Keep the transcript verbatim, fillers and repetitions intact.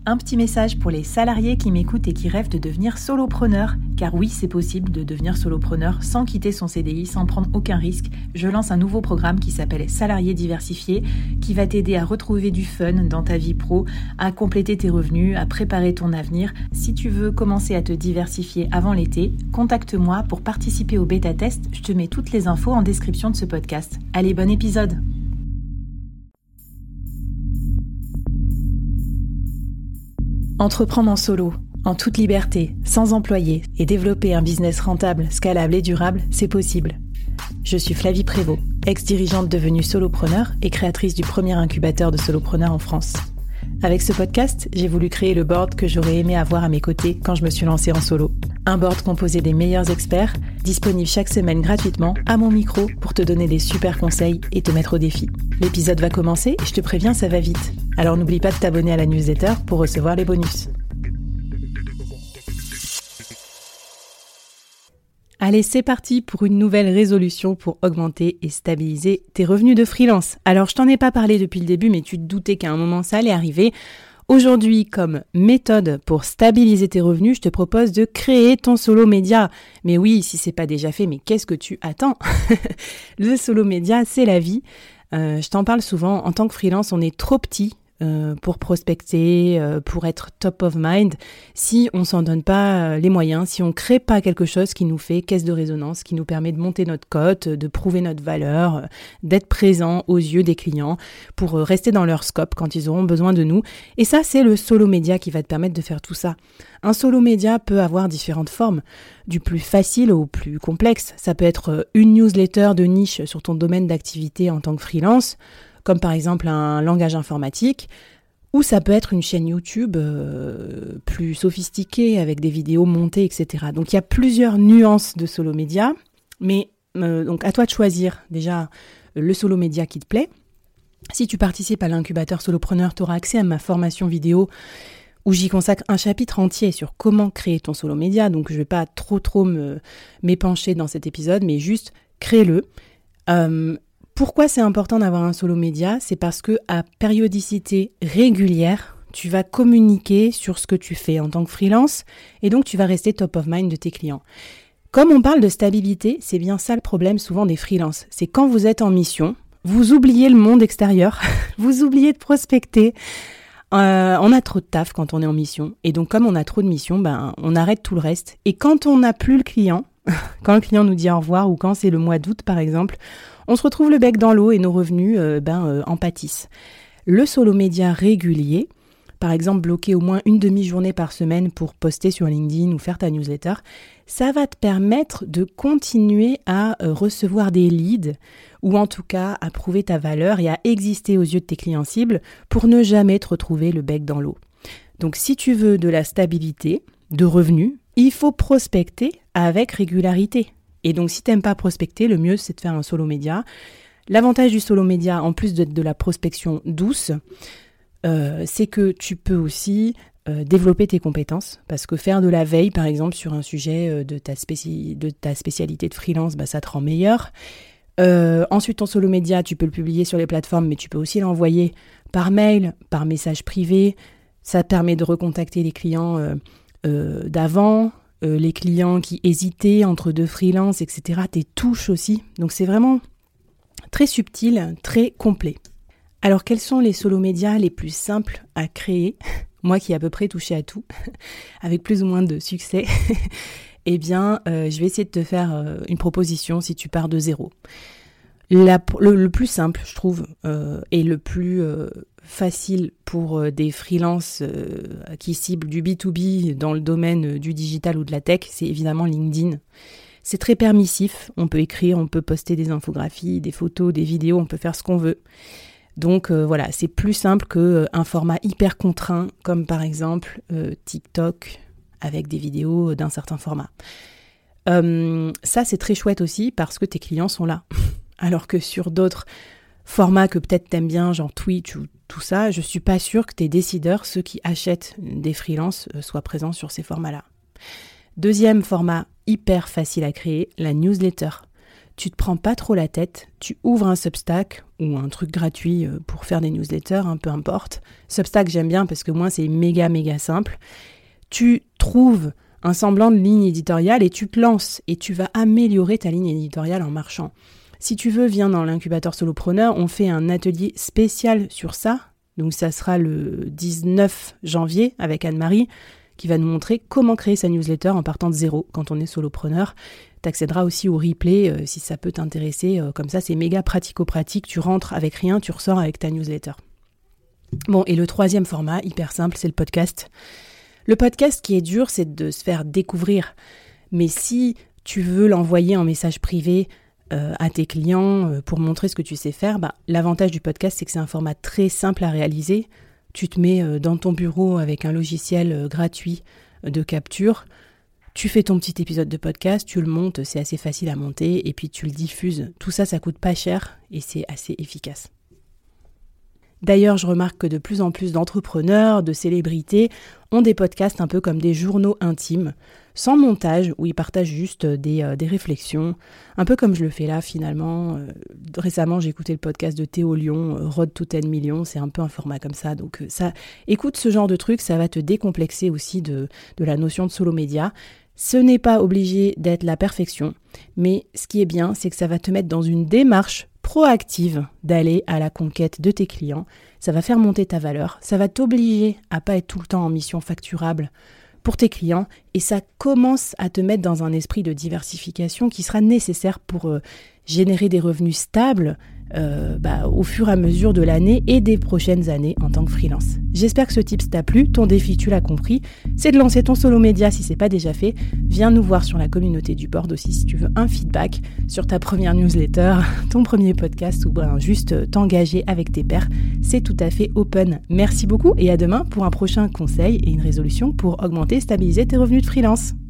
Un petit message pour les salariés qui m'écoutent et qui rêvent de devenir solopreneur. Car oui, c'est possible de devenir solopreneur sans quitter son C D I, sans prendre aucun risque. Je lance un nouveau programme qui s'appelle Salariés diversifiés, qui va t'aider à retrouver du fun dans ta vie pro, à compléter tes revenus, à préparer ton avenir. Si tu veux commencer à te diversifier avant l'été, contacte-moi pour participer au bêta-test. Je te mets toutes les infos en description de ce podcast. Allez, bon épisode! Entreprendre en solo, en toute liberté, sans employé et développer un business rentable, scalable et durable, c'est possible. Je suis Flavie Prévost, ex-dirigeante devenue solopreneur et créatrice du premier incubateur de solopreneurs en France. Avec ce podcast, j'ai voulu créer le board que j'aurais aimé avoir à mes côtés quand je me suis lancée en solo. Un board composé des meilleurs experts, disponible chaque semaine gratuitement à mon micro pour te donner des super conseils et te mettre au défi. L'épisode va commencer et je te préviens, ça va vite. Alors n'oublie pas de t'abonner à la newsletter pour recevoir les bonus. Allez, c'est parti pour une nouvelle résolution pour augmenter et stabiliser tes revenus de freelance. Alors, je t'en ai pas parlé depuis le début, mais tu te doutais qu'à un moment, ça allait arriver. Aujourd'hui, comme méthode pour stabiliser tes revenus, je te propose de créer ton solo média. Mais oui, si c'est pas déjà fait, mais qu'est-ce que tu attends? Le solo média, c'est la vie. Euh, je t'en parle souvent. En tant que freelance, on est trop petit Euh, pour prospecter, euh, pour être top of mind, si on s'en donne pas euh, les moyens, si on crée pas quelque chose qui nous fait caisse de résonance, qui nous permet de monter notre cote, de prouver notre valeur, euh, d'être présent aux yeux des clients pour euh, rester dans leur scope quand ils auront besoin de nous. Et ça, c'est le solo média qui va te permettre de faire tout ça. Un solo média peut avoir différentes formes, du plus facile au plus complexe. Ça peut être une newsletter de niche sur ton domaine d'activité en tant que freelance, comme par exemple un langage informatique, ou ça peut être une chaîne YouTube euh, plus sophistiquée avec des vidéos montées, et cetera. Donc il y a plusieurs nuances de solo média, mais euh, donc à toi de choisir déjà le solo média qui te plaît. Si tu participes à l'incubateur solopreneur, tu auras accès à ma formation vidéo où j'y consacre un chapitre entier sur comment créer ton solo média. Donc je ne vais pas trop trop me, m'épancher dans cet épisode, mais juste crée-le. Euh, Pourquoi c'est important d'avoir un solo média ? C'est parce que à périodicité régulière, tu vas communiquer sur ce que tu fais en tant que freelance et donc tu vas rester top of mind de tes clients. Comme on parle de stabilité, c'est bien ça le problème souvent des freelances. C'est quand vous êtes en mission, vous oubliez le monde extérieur, vous oubliez de prospecter. Euh, on a trop de taf quand on est en mission et donc comme on a trop de missions, ben, on arrête tout le reste. Et quand on n'a plus le client, quand le client nous dit au revoir ou quand c'est le mois d'août par exemple, on se retrouve le bec dans l'eau et nos revenus euh, ben, euh, en pâtissent. Le solo média régulier, par exemple bloquer au moins une demi-journée par semaine pour poster sur LinkedIn ou faire ta newsletter, ça va te permettre de continuer à euh, recevoir des leads ou en tout cas à prouver ta valeur et à exister aux yeux de tes clients cibles pour ne jamais te retrouver le bec dans l'eau. Donc si tu veux de la stabilité, de revenus, il faut prospecter avec régularité. Et donc, si tu n'aimes pas prospecter, le mieux, c'est de faire un solo média. L'avantage du solo média, en plus de, de la prospection douce, euh, c'est que tu peux aussi euh, développer tes compétences. Parce que faire de la veille, par exemple, sur un sujet euh, de, ta spéci- de ta spécialité de freelance, bah, ça te rend meilleur. Euh, ensuite, ton solo média, tu peux le publier sur les plateformes, mais tu peux aussi l'envoyer par mail, par message privé. Ça te permet de recontacter les clients euh, euh, d'avant, Euh, les clients qui hésitaient entre deux freelances, et cetera. Tes touches aussi. Donc c'est vraiment très subtil, très complet. Alors quels sont les solo médias les plus simples à créer ? Moi qui ai à peu près touché à tout, avec plus ou moins de succès, eh bien euh, je vais essayer de te faire euh, une proposition si tu pars de zéro. La, le, le plus simple, je trouve, euh, et le plus euh, facile pour euh, des freelances euh, qui ciblent du B to B dans le domaine euh, du digital ou de la tech, c'est évidemment LinkedIn. C'est très permissif, on peut écrire, on peut poster des infographies, des photos, des vidéos, on peut faire ce qu'on veut. Donc euh, voilà, c'est plus simple qu'un euh, format hyper contraint, comme par exemple euh, TikTok, avec des vidéos d'un certain format. Euh, ça, c'est très chouette aussi parce que tes clients sont là. Alors que sur d'autres formats que peut-être t'aimes bien, genre Twitch ou tout ça, je suis pas sûre que tes décideurs, ceux qui achètent des freelances, soient présents sur ces formats-là. Deuxième format hyper facile à créer, la newsletter. tu te prends pas trop la tête, tu ouvres un Substack ou un truc gratuit pour faire des newsletters, hein, peu importe. Substack, j'aime bien parce que moi, c'est méga, méga simple. Tu trouves un semblant de ligne éditoriale et tu te lances et tu vas améliorer ta ligne éditoriale en marchant. Si tu veux, viens dans l'incubateur Solopreneur, on fait un atelier spécial sur ça. Donc ça sera le dix-neuf janvier avec Anne-Marie qui va nous montrer comment créer sa newsletter en partant de zéro quand on est solopreneur. Tu accéderas aussi au replay euh, si ça peut t'intéresser. Euh, comme ça, c'est méga pratico-pratique. Tu rentres avec rien, tu ressors avec ta newsletter. Bon, et le troisième format, hyper simple, c'est le podcast. Le podcast qui est dur, c'est de se faire découvrir. Mais si tu veux l'envoyer en message privé euh, à tes clients euh, pour montrer ce que tu sais faire, bah, l'avantage du podcast, c'est que c'est un format très simple à réaliser. Tu te mets euh, dans ton bureau avec un logiciel euh, gratuit euh, de capture. Tu fais ton petit épisode de podcast, tu le montes, c'est assez facile à monter et puis tu le diffuses. Tout ça, ça coûte pas cher et c'est assez efficace. D'ailleurs, je remarque que de plus en plus d'entrepreneurs, de célébrités ont des podcasts un peu comme des journaux intimes, sans montage, où ils partagent juste des, euh, des réflexions, un peu comme je le fais là finalement. Euh, récemment, j'ai écouté le podcast de Théo Lyon, euh, Road to ten millions, c'est un peu un format comme ça. Donc euh, ça, écoute ce genre de truc, ça va te décomplexer aussi de, de la notion de solo média. Ce n'est pas obligé d'être la perfection, mais ce qui est bien, c'est que ça va te mettre dans une démarche proactive d'aller à la conquête de tes clients. Ça va faire monter ta valeur, ça va t'obliger à pas être tout le temps en mission facturable pour tes clients et ça commence à te mettre dans un esprit de diversification qui sera nécessaire pour euh, générer des revenus stables euh, bah, au fur et à mesure de l'année et des prochaines années en tant que freelance. J'espère que ce tips t'a plu. Ton défi, tu l'as compris, c'est de lancer ton solo média si c'est pas déjà fait. Viens nous voir sur la communauté du board aussi si tu veux un feedback sur ta première newsletter, ton premier podcast ou ben, juste t'engager avec tes pairs. C'est tout à fait open. Merci beaucoup et à demain pour un prochain conseil et une résolution pour augmenter et stabiliser tes revenus de freelance.